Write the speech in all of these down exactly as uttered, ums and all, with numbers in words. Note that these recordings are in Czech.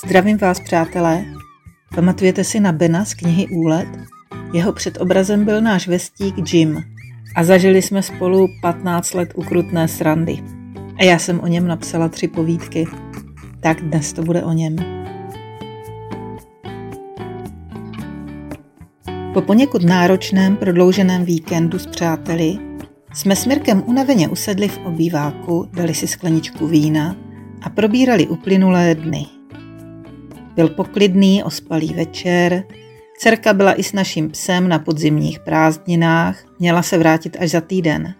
Zdravím vás, přátelé. Pamatujete si na Bena z knihy Úlet? Jeho předobrazem byl náš vestík Jim a zažili jsme spolu patnáct let ukrutné srandy. A já jsem o něm napsala tři povídky. Tak dnes to bude o něm. Po poněkud náročném prodlouženém víkendu s přáteli jsme s Mirkem unaveně usedli v obýváku, dali si skleničku vína a probírali uplynulé dny. Byl poklidný, ospalý večer, dcerka byla i s naším psem na podzimních prázdninách, měla se vrátit až za týden.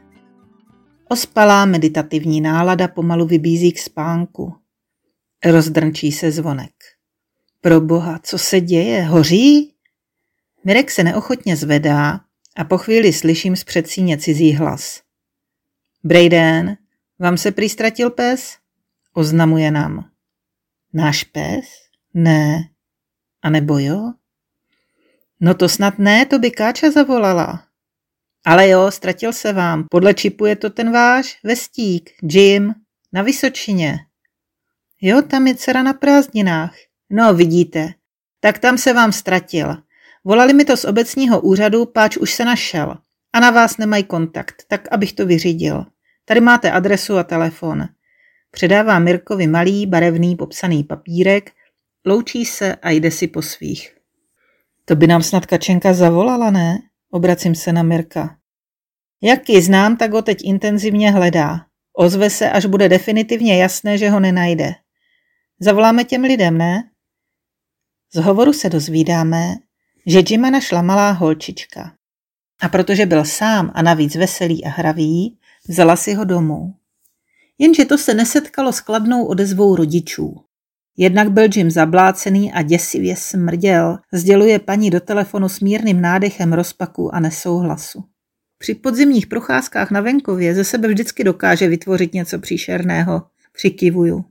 Ospalá meditativní nálada pomalu vybízí k spánku. Rozdrnčí se zvonek. Proboha, co se děje? Hoří? Mirek se neochotně zvedá a po chvíli slyším z předsíně cizí hlas. Brejden, vám se prý ztratil pes? Oznamuje nám. Náš pes? Ne. A nebo jo? No to snad ne, to by Káča zavolala. Ale jo, ztratil se vám. Podle čipu je to ten váš vestík, Jim, na Vysočině. Jo, tam je dcera na prázdninách. No, vidíte. Tak tam se vám ztratil. Volali mi to z obecního úřadu, páč už se našel. A na vás nemají kontakt, tak abych to vyřídil. Tady máte adresu a telefon. Předává Mirkovi malý, barevný, popsaný papírek, loučí se a jde si po svých. To by nám snad Kačenka zavolala, ne? Obracím se na Mirka. Jak ji znám, tak ho teď intenzivně hledá. Ozve se, až bude definitivně jasné, že ho nenajde. Zavoláme těm lidem, ne? Z hovoru se dozvídáme, že Jima našla malá holčička. A protože byl sám a navíc veselý a hravý, vzala si ho domů. Jenže to se nesetkalo s kladnou odezvou rodičů. Jednak byl Jim zablácený a děsivě smrděl, sděluje paní do telefonu s mírným nádechem rozpaku a nesouhlasu. Při podzimních procházkách na venkově ze sebe vždycky dokáže vytvořit něco příšerného. Přikivuju.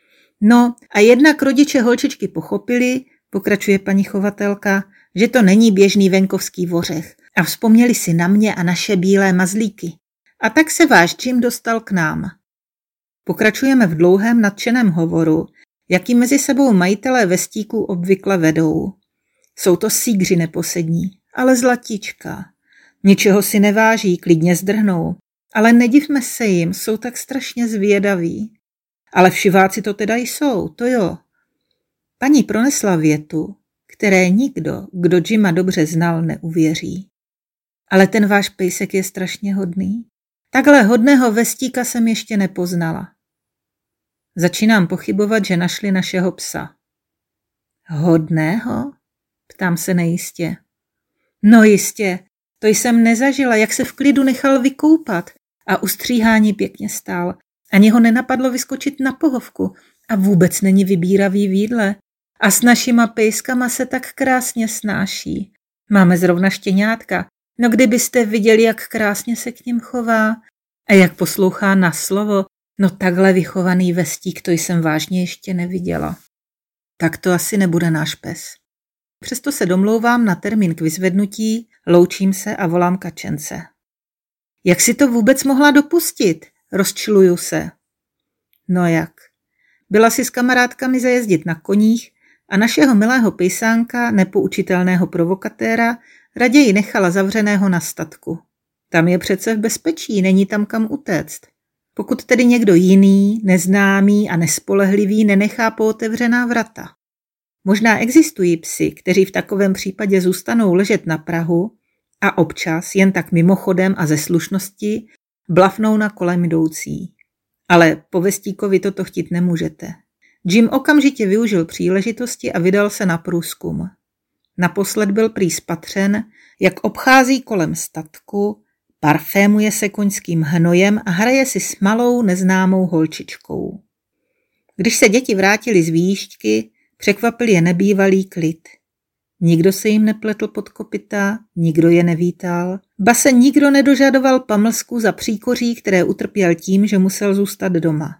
No a jednak rodiče holčičky pochopili, pokračuje paní chovatelka, že to není běžný venkovský vořech a vzpomněli si na mě a naše bílé mazlíky. A tak se váš Jim dostal k nám. Pokračujeme v dlouhém nadšeném hovoru, jaký mezi sebou majitelé vestíků obvykle vedou. Jsou to sígři neposední, ale zlatíčka. Ničeho si neváží, klidně zdrhnou. Ale nedivme se jim, jsou tak strašně zvědaví. Ale všiváci to teda jsou, to jo. Paní pronesla větu, které nikdo, kdo Jima dobře znal, neuvěří. Ale ten váš pejsek je strašně hodný. Takhle hodného vestíka jsem ještě nepoznala. Začínám pochybovat, že našli našeho psa. Hodného? Ptám se nejistě. No jistě, to jsem nezažila, jak se v klidu nechal vykoupat a u stříhání pěkně stál. Ani ho nenapadlo vyskočit na pohovku a vůbec není vybíravý v jídle. A s našima pejskama se tak krásně snáší. Máme zrovna štěňátka, no kdybyste viděli, jak krásně se k ním chová a jak poslouchá na slovo, no takhle vychovaný vestík, to jsem vážně ještě neviděla. Tak to asi nebude náš pes. Přesto se domlouvám na termín k vyzvednutí, loučím se a volám Kačence. Jak si to vůbec mohla dopustit? Rozčiluju se. No jak? Byla si s kamarádkami zajezdit na koních a našeho milého pejsánka, nepoučitelného provokatéra, raději nechala zavřeného na statku. Tam je přece v bezpečí, není tam kam utéct. Pokud tedy někdo jiný, neznámý a nespolehlivý nenechá pootevřená vrata. Možná existují psi, kteří v takovém případě zůstanou ležet na prahu a občas, jen tak mimochodem a ze slušnosti, blafnou na kolem jdoucí. Ale po vestíkovi toto chtít nemůžete. Jim okamžitě využil příležitosti a vydal se na průzkum. Naposled byl prý spatřen, jak obchází kolem statku, parfémuje se koňským hnojem a hraje si s malou neznámou holčičkou. Když se děti vrátili z výjížďky, překvapil je nebývalý klid. Nikdo se jim nepletl pod kopyta, nikdo je nevítal, ba se nikdo nedožadoval pamlsku za příkoří, které utrpěl tím, že musel zůstat doma.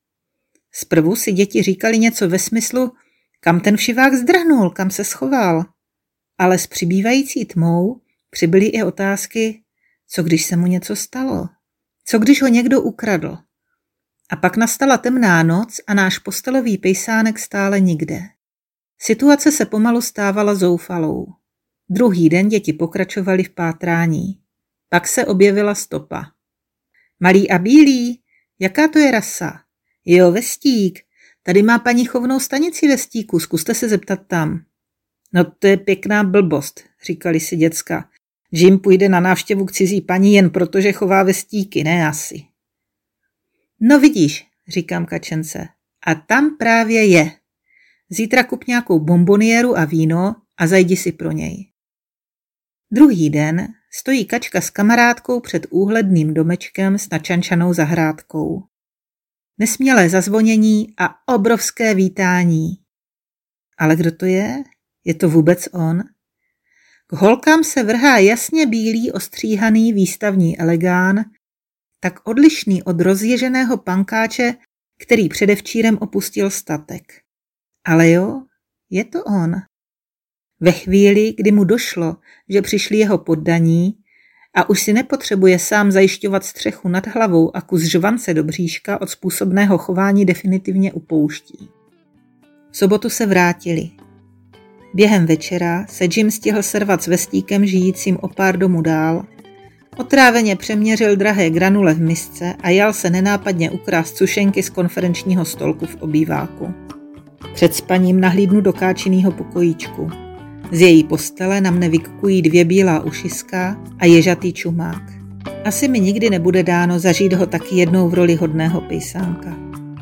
Zprvu si děti říkali něco ve smyslu, kam ten všivák zdrhnul, kam se schoval. Ale s přibývající tmou přibyly i otázky, co když se mu něco stalo, co když ho někdo ukradl. A pak nastala temná noc a náš postelový pejsánek stále nikde. Situace se pomalu stávala zoufalou. Druhý den děti pokračovaly v pátrání. Pak se objevila stopa. Malý a bílý, jaká to je rasa? Jo, Vestík. Tady má paní chovnou stanici Vestíku, zkuste se zeptat tam. No to je pěkná blbost, říkali si děcka. Jim půjde na návštěvu k cizí paní jen proto, že chová Vestíky, ne asi. No vidíš, říkám kačence, a tam právě je. Zítra kup nějakou bomboniéru a víno a zajdi si pro něj. Druhý den stojí kačka s kamarádkou před úhledným domečkem s načančanou zahrádkou. Nesmělé zazvonění a obrovské vítání. Ale kdo to je? Je to vůbec on? K holkám se vrhá jasně bílý ostříhaný výstavní elegán, tak odlišný od rozježeného pankáče, který předevčírem opustil statek. Ale jo, je to on. Ve chvíli, kdy mu došlo, že přišli jeho poddaní a už si nepotřebuje sám zajišťovat střechu nad hlavou a kus žvance do bříška, od způsobného chování definitivně upouští. V sobotu se vrátili. Během večera se Jim stihl servat s Vestíkem žijícím o pár domů dál, otráveně přeměřil drahé granule v misce a jal se nenápadně ukrást sušenky z konferenčního stolku v obýváku. Před spaním nahlídnu do káčinýho pokojíčku. Z její postele na mne vykukují dvě bílá ušiska a ježatý čumák. Asi mi nikdy nebude dáno zažít ho taky jednou v roli hodného pejsánka.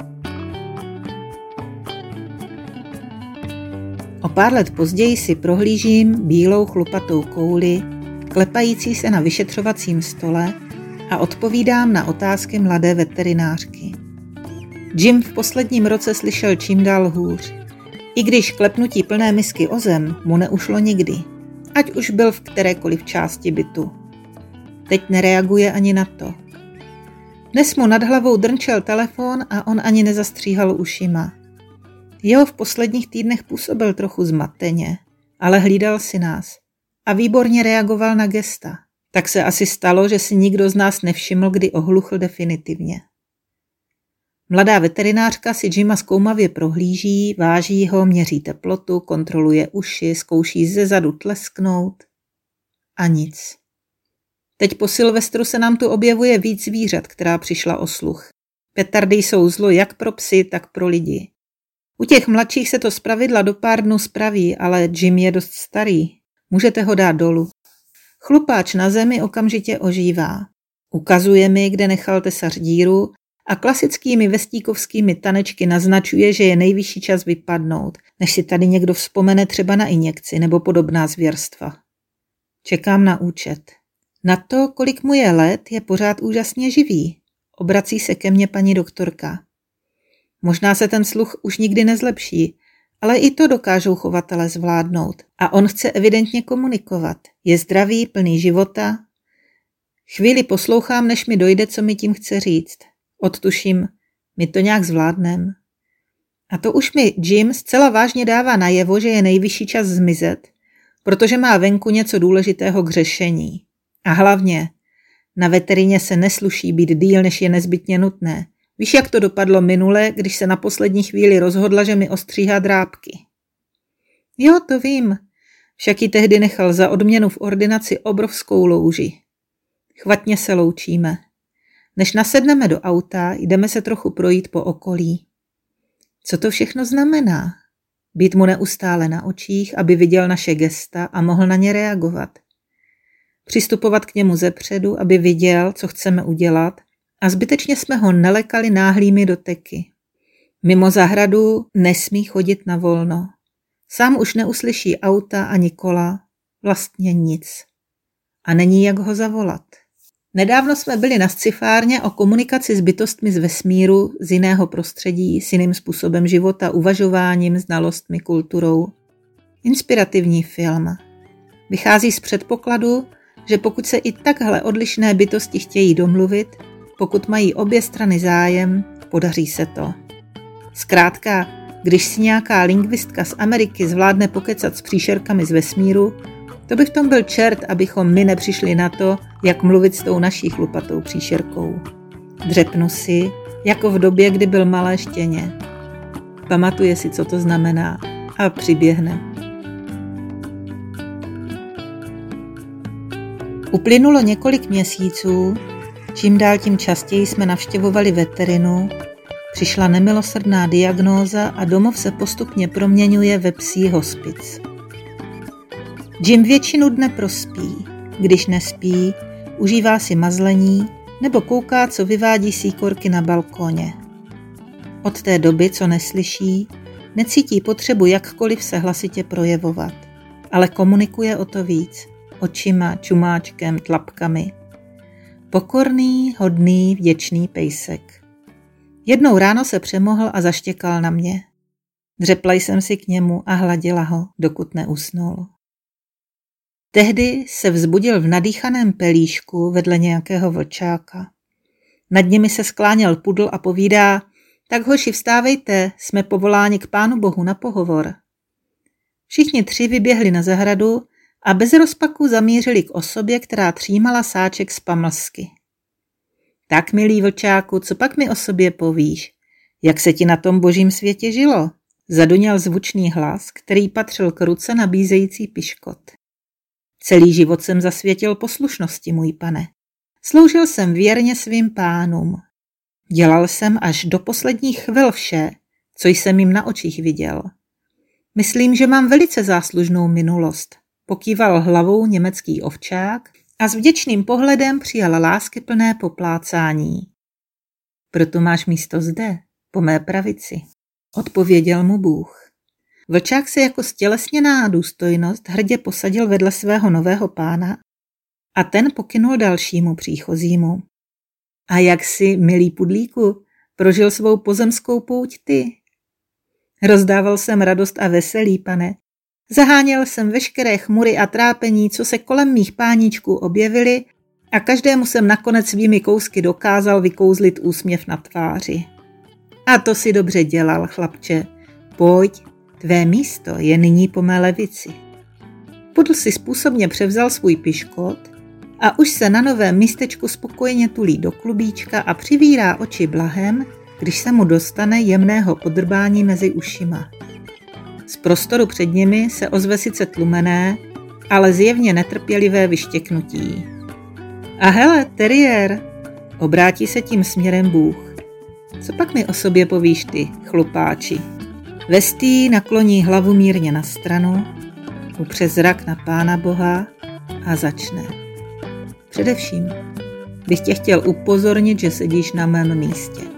O pár let později si prohlížím bílou chlupatou kouli, klepající se na vyšetřovacím stole, a odpovídám na otázky mladé veterinářky. Jim v posledním roce slyšel čím dál hůř. I když klepnutí plné misky o zem mu neušlo nikdy, ať už byl v kterékoliv části bytu. Teď nereaguje ani na to. Dnes mu nad hlavou drnčel telefon a on ani nezastříhal ušima. Jeho v posledních týdnech působil trochu zmateně, ale hlídal si nás a výborně reagoval na gesta. Tak se asi stalo, že si nikdo z nás nevšiml, kdy ohluchl definitivně. Mladá veterinářka si Jima zkoumavě prohlíží, váží ho, měří teplotu, kontroluje uši, zkouší zezadu tlesknout. A nic. Teď po Silvestru se nám tu objevuje víc zvířat, která přišla o sluch. Petardy jsou zlo jak pro psy, tak pro lidi. U těch mladších se to zpravidla do pár dnů spraví, ale Jim je dost starý. Můžete ho dát dolů. Chlupáč na zemi okamžitě ožívá. Ukazuje mi, kde nechal tesař díru, a klasickými vestíkovskými tanečky naznačuje, že je nejvyšší čas vypadnout, než si tady někdo vzpomene třeba na injekci nebo podobná zvěrstva. Čekám na účet. Na to, kolik mu je let, je pořád úžasně živý. Obrací se ke mně paní doktorka. Možná se ten sluch už nikdy nezlepší, ale i to dokážou chovatelé zvládnout. A on chce evidentně komunikovat. Je zdravý, plný života. Chvíli poslouchám, než mi dojde, co mi tím chce říct. Odtuším, my to nějak zvládnem. A to už mi Jim zcela vážně dává najevo, že je nejvyšší čas zmizet, protože má venku něco důležitého k řešení. A hlavně, na veterině se nesluší být díl, než je nezbytně nutné. Víš, jak to dopadlo minule, když se na poslední chvíli rozhodla, že mi ostříhá drápky? Jo, to vím. Však ji tehdy nechal za odměnu v ordinaci obrovskou louži. Chvatně se loučíme. Než nasedneme do auta, jdeme se trochu projít po okolí. Co to všechno znamená? Být mu neustále na očích, aby viděl naše gesta a mohl na ně reagovat. Přistupovat k němu zepředu, aby viděl, co chceme udělat, a zbytečně jsme ho nelekali náhlými doteky. Mimo zahradu nesmí chodit na volno. Sám už neuslyší auta ani kola, vlastně nic. A není jak ho zavolat. Nedávno jsme byli na scifárně o komunikaci s bytostmi z vesmíru, z jiného prostředí, s jiným způsobem života, uvažováním, znalostmi, kulturou. Inspirativní film. Vychází z předpokladu, že pokud se i takhle odlišné bytosti chtějí domluvit, pokud mají obě strany zájem, podaří se to. Zkrátka, když si nějaká lingvistka z Ameriky zvládne pokecat s příšerkami z vesmíru, to by v tom byl čert, abychom my nepřišli na to, jak mluvit s tou naší chlupatou příšerkou. Dřepnu si, jako v době, kdy byl malé štěně. Pamatuje si, co to znamená. a přiběhne. Uplynulo několik měsíců, čím dál tím častěji jsme navštěvovali veterinu, přišla nemilosrdná diagnóza a domov se postupně proměňuje ve psí hospic. Jim většinu dne prospí, když nespí, užívá si mazlení nebo kouká, co vyvádí síkorky na balkóně. Od té doby, co neslyší, necítí potřebu jakkoliv se hlasitě projevovat, ale komunikuje o to víc, očima, čumáčkem, tlapkami. Pokorný, hodný, vděčný pejsek. Jednou ráno se přemohl a zaštěkal na mě. Dřepla jsem si k němu a hladila ho, dokud neusnul. Tehdy se vzbudil v nadýchaném pelíšku vedle nějakého vlčáka. Nad nimi se skláněl pudl a povídá: tak hoši, vstávejte, jsme povoláni k Pánu Bohu na pohovor. Všichni tři vyběhli na zahradu a bez rozpaku zamířili k osobě, která třímala sáček z pamlsky. Tak, milý vlčáku, co pak mi o sobě povíš? Jak se ti na tom božím světě žilo? Zaduněl zvučný hlas, který patřil k ruce nabízející piškot. Celý život jsem zasvětil poslušnosti, můj pane. Sloužil jsem věrně svým pánům. Dělal jsem až do posledních chvil vše, co jsem jim na očích viděl. Myslím, že mám velice záslužnou minulost. Pokýval hlavou německý ovčák a s vděčným pohledem přijal láskyplné poplácání. Proto máš místo zde, po mé pravici, odpověděl mu Bůh. Vlčák se jako stělesněná důstojnost hrdě posadil vedle svého nového pána a ten pokynul dalšímu příchozímu. A jak si, milý pudlíku, prožil svou pozemskou pouť ty? Rozdával jsem radost a veselí, pane. Zaháněl jsem veškeré chmury a trápení, co se kolem mých páníčků objevily, a každému jsem nakonec svými kousky dokázal vykouzlit úsměv na tváři. A to si dobře dělal, chlapče. Pojď, tvé místo je nyní po mé levici. Pudl si způsobně převzal svůj piškot a už se na novém místečku spokojeně tulí do klubíčka a přivírá oči blahem, když se mu dostane jemného podrbání mezi ušima. Z prostoru před nimi se ozve sice tlumené, ale zjevně netrpělivé vyštěknutí. A hele, teriér, obrátí se tím směrem Bůh. Co pak mi o sobě povíš ty, chlupáči? Vestý nakloní hlavu mírně na stranu, upře zrak na Pána Boha a začne. Především bych tě chtěl upozornit, že sedíš na mém místě.